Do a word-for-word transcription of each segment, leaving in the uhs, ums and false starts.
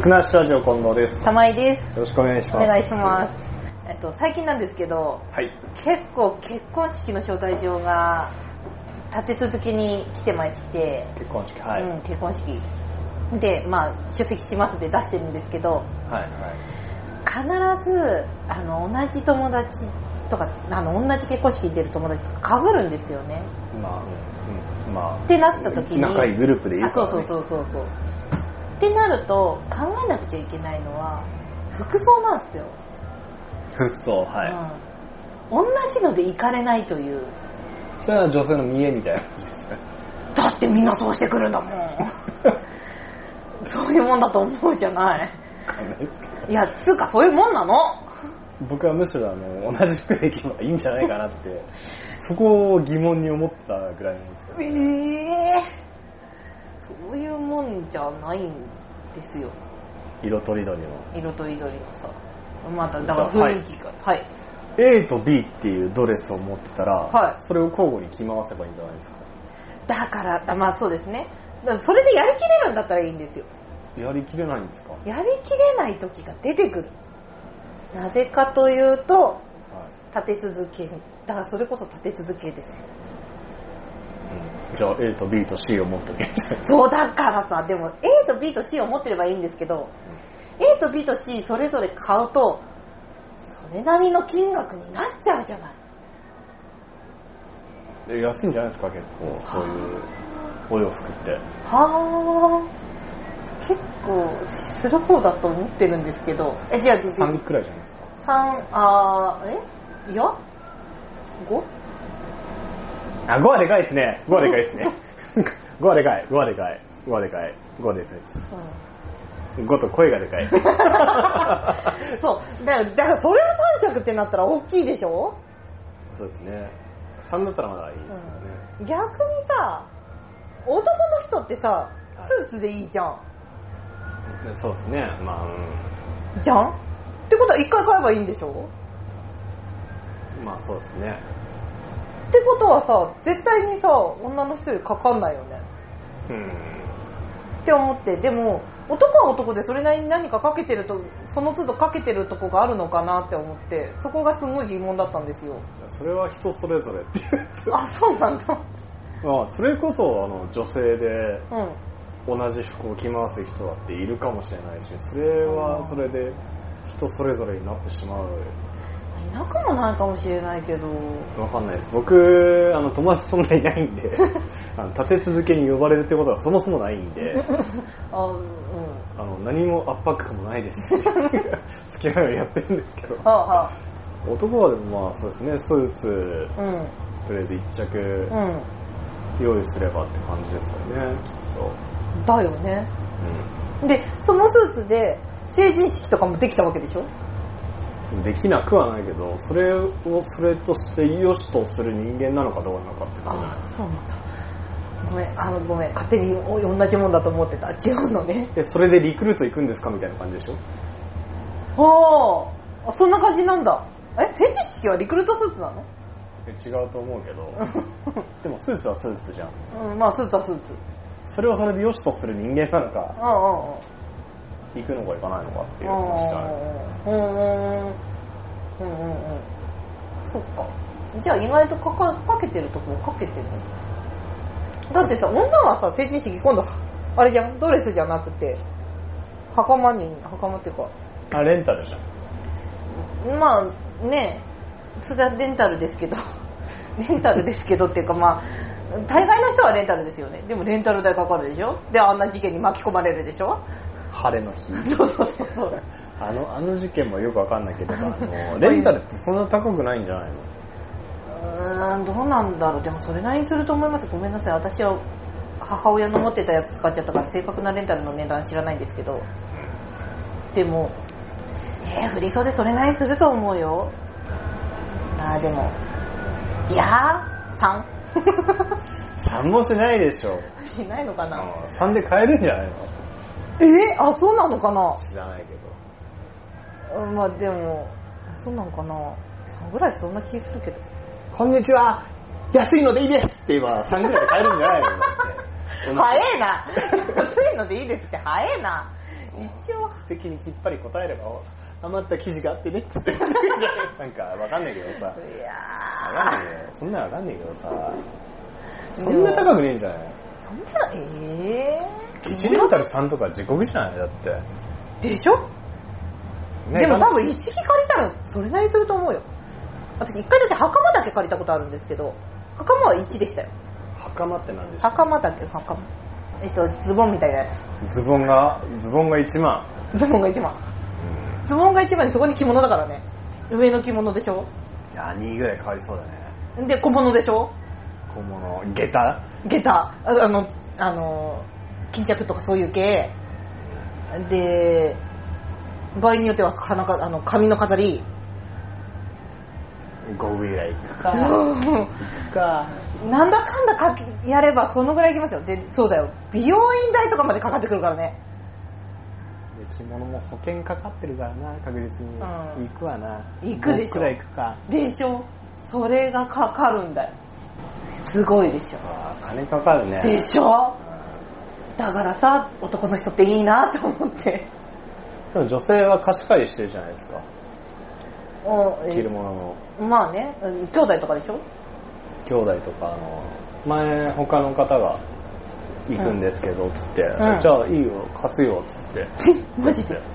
くなしラジオ近藤です。 玉井です。 よろしくお願いします。 お願いします。えっと最近なんですけど、 はい、 結構結婚式の招待状が立て続けに来てまして、 結婚式、はい、 うん、結婚式でまあ出席しますって出してるんですけど、 はいはい、 必ずあの同じ友達とかあの同じ結婚式に出る友達とか被るんですよね。 まあ、うん、まあってなった時に仲いいグループでいるからね。 あ、そうそうそうそうそう。ってなると考えなくちゃいけないのは服装なんですよ。 服装、はい、うん、同じので行かれないという。 それは女性の見栄みたいな感じですね。 だってみんなそうしてくるんだもんそういうもんだと思うじゃない。いや、つうかそういうもんなの。 僕はむしろあの同じ服で行けばいいんじゃないかなってそこを疑問に思ったぐらいなんですけど、ね、 えーそういうもんじゃないんですよ。 色とりどりの色とりどりのさ、まただから雰囲気が、はい、はい、 A と B っていうドレスを持ってたら、はい、それを交互に着回せばいいんじゃないですか。 だからまあそうですね。だからそれでやりきれるんだったらいいんですよ。 やりきれないんですか。 やりきれない時が出てくる。なぜかというと、はい、立て続け、だからそれこそ立て続けですよ。 じゃあ A と B と C を持っておけばいいんじゃないですか。 そうだからさ、でも A と B と C を持ってればいいんですけど、うん、A と B と C それぞれ買うとそれなりの金額になっちゃうじゃない。 安いんじゃないですか、結構そういうお洋服って。 はあ、結構する方だと思ってるんですけど。え、じゃあさんくらいじゃないですか。 さん、あー、えいや ご？ あ、ごはでかいですね。ごはでかいですね。ごはでかい。ごはでかい。ごはでかい。ごはでかいです。うん、ごと声がでかい。 そう。だから、だからそれをさん着ってなったら大きいでしょ？ そうですね。さんだったらまだいいですよね。 うん、逆にさ、男の人ってさ、スーツでいいじゃん。 そうですね。まあ、うん。 じゃん？ってことは一回買えばいいんでしょ？ まあそうですね。 ってことはさ、絶対にさ、女の人よりかかんないよね。 うん。 って思って、でも男は男でそれなりに何かかけてると、その都度かけてるとこがあるのかなって思って、そこがすごい疑問だったんですよ。 それは人それぞれっていう。 あ、そうなんだ。 まあそれこそあの女性で同じ服を着回す人だっているかもしれないし、それはそれで人それぞれになってしまう。 いなくもないかもしれないけど。 わかんないです。僕あの友達そんなにいないんであの立て続けに呼ばれるってことはそもそもないんであ、うん、 あの何も圧迫感もないですし好きなようにやってるんですけど、 はあはあ、 男はでもまあそうですね、スーツ、うん、とりあえず一着、うん、用意すればって感じですよね、きっと。 だよね、うん、でそのスーツで成人式とかもできたわけでしょ。 できなくはないけど、それをそれとして良しとする人間なのかどうなのかってことじゃないですか。 そうなんだ。ごめん、あのごめん、勝手に同じもんだと思ってた。違うのね。 え、それでリクルート行くんですかみたいな感じでしょ。 はあ、そんな感じなんだ。え、成人式はリクルートスーツなの？ え、違うと思うけどでもスーツはスーツじゃん。 うん、まあスーツはスーツ。 それをそれで良しとする人間なのか、 うんうんうん、 行くのか行かないのかっていう話じゃない。 うんうんうんうん。そっか。じゃあ意外とかか、かけてるとこかけてる。だってさ、女はさ、成人式今度あれじゃん、ドレスじゃなくて袴に、袴っていうか、 あ、レンタルじゃん。まあね、それはレンタルですけどレンタルですけどっていうか、まあ大概の人はレンタルですよね。でもレンタル代かかるでしょ。で、あんな事件に巻き込まれるでしょ。 晴れの日。 そうそうそうそう。 あのあの事件もよくわかんないけど、あのレンタルってそんな高くないんじゃないの？ うーん、どうなんだろう。でもそれなりにすると思います。ごめんなさい。私は母親の持ってたやつ使っちゃったから正確なレンタルの値段知らないんですけど。でも、えー、振り袖それなりにすると思うよ。あーでも、いやー、さん。 さんもしないでしょ。 しないのかな。 さんで買えるんじゃないの？ えー、あ、そうなのかな。 知らないけど。まあでも、そうなのかな。さんぐらいそんな気するけど。 こんにちは、安いのでいいですって言えばさんぐらいで買えるんじゃないの？ 早えな。安いのでいいですって早えな。 素敵にきっぱり答えれば余った生地があってねって言ってなんかわかんないけどさ、いやーわかんないけど、そんなわかんないけどさ、そんな高くねえんじゃない？ そんな、えー、いちレンタルさんとか地獄じゃない？だってでしょ、ね、でも多分一式借りたらそれなりすると思うよ。私一回だけ袴だけ借りたことあるんですけど、袴はいちでしたよ。 袴って何でしょう？ 袴だけ、袴、えっとズボンみたいなやつ。ズボンがズボンがいちまん。 ズボンがいちまん、うん、ズボンがいちまんにそこに着物だからね。上の着物でしょ。 いやにぐらい変わりそうだね。 で小物でしょ。 小物、下駄下駄、あのあの巾着とかそういう系で、場合によっては花かあの紙の飾りごぐらいいくか行くか、 なんだかんだかやればそのぐらいいきますよ。で、そうだよ、美容院代とかまでかかってくるからね。 で着物も保険かかってるからな、確実に、うん、行くわな。 行くでしょ。 ごくらい行くかでしょ。それがかかるんだよ。すごいでしょ。 あ、金かかるね。 でしょ。だからさ、男の人っていいなって思って。 でも女性は貸し借りしてるじゃないですか、着るものの。 まあね、兄弟とかでしょ。 兄弟とか、あの前他の方が行くんですけどつって、うん、じゃあいいよ貸すよつってマジで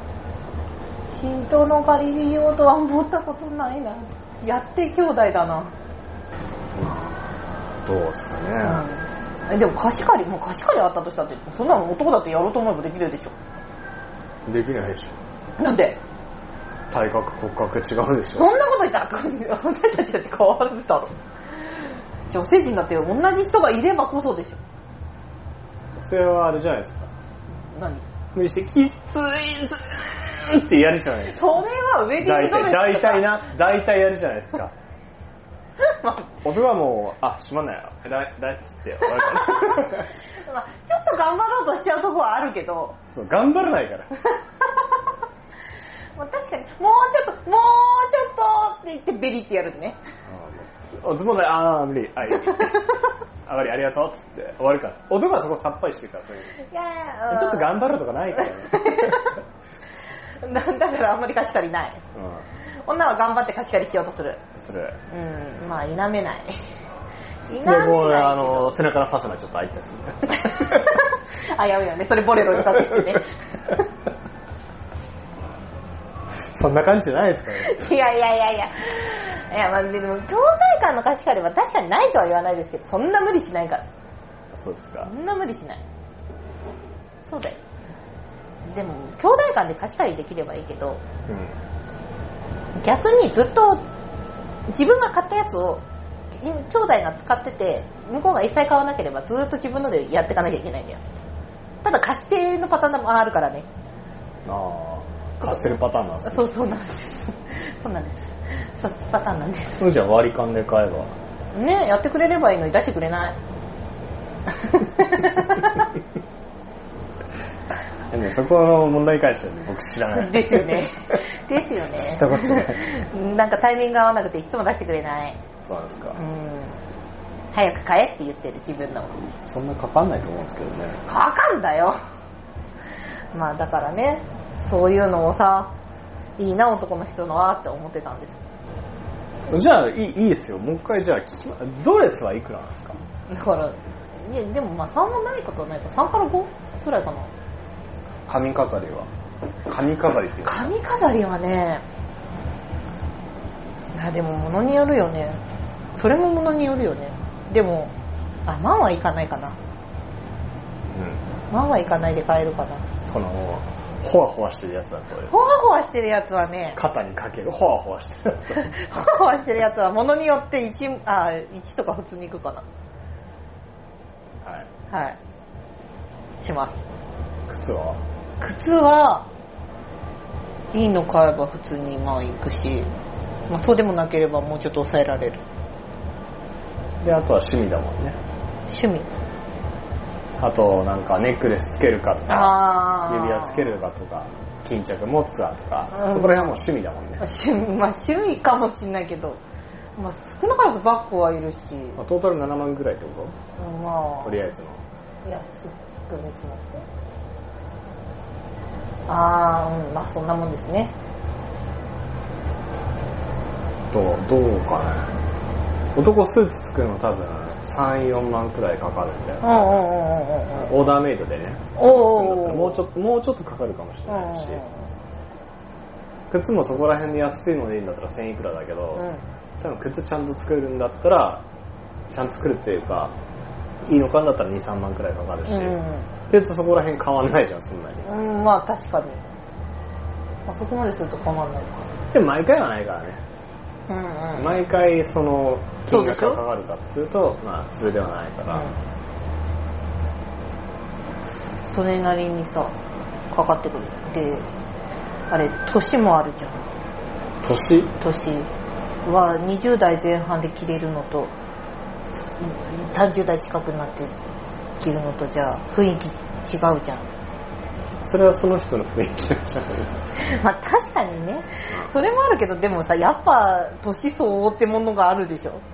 人の借りようとは思ったことないな。やって兄弟だな。 どうですかね、 うん、でも貸し借り、もう貸し借りあったとしたってそんなの男だってやろうと思えばできるでしょ。 できないでしょ。なんで？ 体格骨格違うでしょ。 そんなこと言ったら私たちだって変わるだろ。女性陣だって同じ人がいればこそでしょ。 女性はあれじゃないですか。 何？ 無理してきついずーってやるじゃないですか。 それはウェディングドレスとか大体な、大体やるじゃないですか。男はもう、あ、しまんないよ。だい、だいっつって終わるから。 まあ、ちょっと頑張ろうとしちゃうとこはあるけど。 そう、頑張らないから。 まあ確かに、もうちょっと、もうちょっとって言ってベリってやるね。 あ、ズボンだよ、あー、無理。あ、いい。あがりありがとうっつって終わるから。男はそこさっぱりしてるから、そういう。いやちょっと頑張るとかないからね。 だ, だからあんまり貸し借りない、うん、女は頑張って貸し借りしようとするする。 うん、まあ否めない否めないけど。でもあの背中のファスナーちょっと開いたりする。 あ、やめよね、それボレロに隠してね。 そんな感じじゃないですかね。 いやいやいやいやいや、まあ、でも兄弟間の貸し借りは確かにないとは言わないですけど、そんな無理しないから。 そうですか。 そんな無理しない。そうだよ。でも兄弟間で貸し借りできればいいけど、うん、逆にずっと自分が買ったやつを兄弟が使ってて向こうが一切買わなければずっと自分のでやっていかなきゃいけないんだよ。ただ貸し手のパターンもあるからね。 ああ、貸してるパターンなんですね。 そうそうなんですそうなんです。そっちパターンなんです。 そうじゃあ割り勘で買えばね、やってくれればいいのに出してくれない。 でもそこの問題に関しては、ね、僕知らない。 ですよね。ですよね。 知ったことない。 なんかタイミングが合わなくていつも出してくれない。 そうなんですか。 うん。早く買えって言ってる自分の。 そんなかかんないと思うんですけどね。 かかんだよ。まあだからね、そういうのをさ、いいな男の人のはって思ってたんです。 じゃあいい、いいですよ。もう一回じゃあ聞きま、ドレスはいくらなんですか？ だから、いやでもまあさんもないことはないからさんからごくらいかな。 髪飾りは髪飾りっていうか髪飾りはね、あ、でも物によるよね。それも物によるよね。でもあ、万はいかないかな。うん、万はいかないで買えるかな。 このホワホワしてるやつだと。 ホワホワしてるやつはね、 肩にかけるホワホワしてるやつ。 ホワホワしてるやつは物によっていち、あ、いちとか普通にいくかな。 はいはいします。 靴は靴はいいの買えば普通にまあ行くし、まあ、そうでもなければもうちょっと抑えられる。 で、あとは趣味だもんね。 趣味、 あとなんかネックレスつけるかとか指輪つけるかとか巾着持つかとか、うん、そこら辺はもう趣味だもんね。 趣味、まあ、趣味かもしれないけど、まあ、少なからずバッグはいるし、 まあ、トータルななまんぐらいってこと？ まあ、 とりあえずの安く見積もってああ、うん、まあそんなもんですね。 どうどうかね。男スーツ作るの多分さん、よんまんくらいかかるんだよ。 うんうんうんうんうん。 オーダーメイドでね。 おお。 もうちょっともうちょっとかかるかもしれないし。靴もそこら辺で安いのでいいんだったらせんいくらだけど、うん、多分靴ちゃんと作るんだったらちゃんと作るっていうかいいのかんだったらに、さんまんくらいかかるし、うん、って言うとそこら辺変わんないじゃんそんなに。 うん、まあ確かに。あそこまですると変わんないか。 でも毎回はないからね。うんうん、毎回その金額がかかるかっていうとまあそれではないから、うん、 それなりにさかかってくるで、あれ年もあるじゃん。 年年はにじゅう代前半で着れるのとさんじゅう代近くになって着るのとじゃあ雰囲気違うじゃん。 それはその人の雰囲気なんじゃない。 まあ確かにねそれもあるけど、でもさやっぱ年相応ってものがあるでしょ。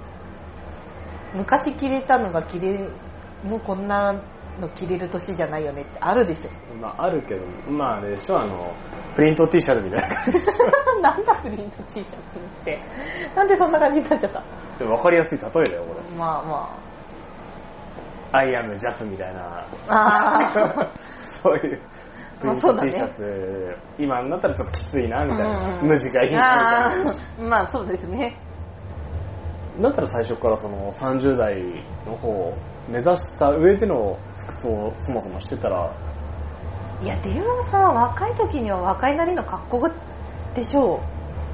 昔着れたのが着れもうこんなの着れる年じゃないよねってあるでしょ。 まああるけど、まああれでしょ、あのプリント T シャツみたいな感じなんだプリント T シャツってなんでそんな感じになっちゃった。 でも分かりやすい例えだよこれ。 まあまあアイアムジャプみたいなあそういうプリント T シャツ、ね、今になったらちょっときついなみたいな、うんうん、無地がいいなみたいな。 まあそうですね。 だったら最初からそのさんじゅう代の方を目指した上での服装をそもそもしてたら。 いやでもさ若い時には若いなりの格好でしょう。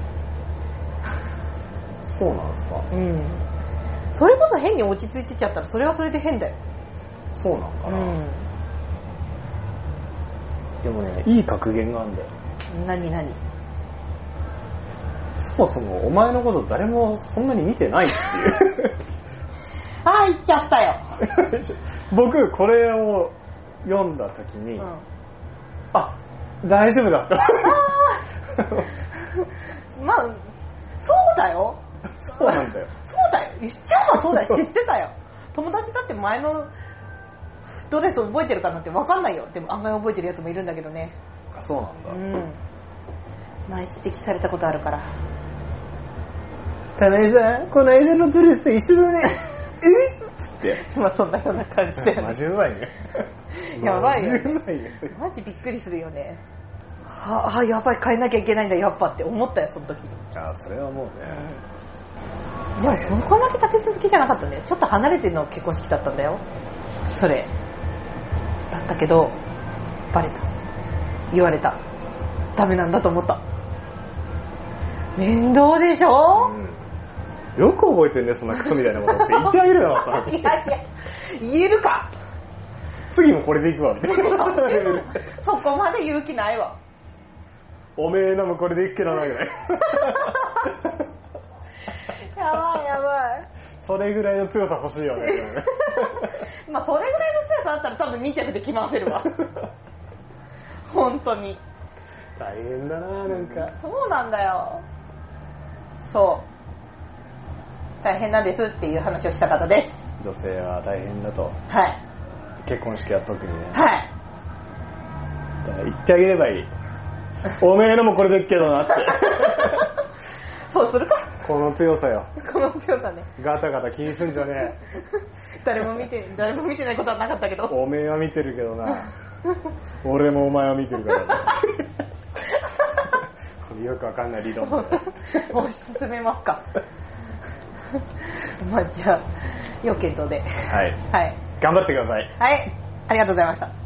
そうなんですか。 うん。それこそ変に落ち着いてちゃったらそれはそれで変だよ。 そうなんかな。 うん、 でもねいい格言があるんだよ。 何何。 そもそもお前のこと誰もそんなに見てないっていうああ言っちゃったよ僕これを読んだ時に、うん、あ大丈夫だったまあそうだよ。 そうなんだよ。 そうだよ。言っちゃえばそうだよ。知ってたよ。友達だって前のドレスを覚えてるかなんて分かんないよ。でも案外覚えてるやつもいるんだけどね。 あそうなんだ。うん。 前指摘されたことあるから。 田辺さんこの間のドレスと一緒だねえっつってまあそんなような感じで、ね、 マジうまいねやばいよ、ね、 マジうまいね。 マジびっくりするよね。はあやばい変えなきゃいけないんだやっぱって思ったよその時。 あそれはもうね、 うん、でもそこまで立て続けじゃなかったんだよ。ちょっと離れての結婚式だったんだよそれだったけどバレた。言われた。ダメなんだと思った。面倒でしょ、 うん、よく覚えてるねそんなクソみたいなことって言ってあげるよいやいや言えるか。 次もこれでいくわみたいなそこまで勇気ないわ。 おめえのもこれでいくけどなぐらいやばいやばい。 それぐらいの強さ欲しいよねまあそれぐらいの強さあったら多分に着で決ませるわ本当に大変だな。なんかそうなんだよ。そう大変なんですっていう話をした方です。 女性は大変だと。 はい結婚式は特にね。 はいだから言ってあげればいいおめえのもこれでいくけどなってそうするか。 この強さよ。 この強さね。 ガタガタ気にすんじゃねえ誰も見て誰も見てないことはなかったけど。 おめえは見てるけどな俺もお前は見てるからこれよくわかんない理論推し進めますかまあじゃあ要検討ではい、 はい、 頑張ってください。 はいありがとうございました。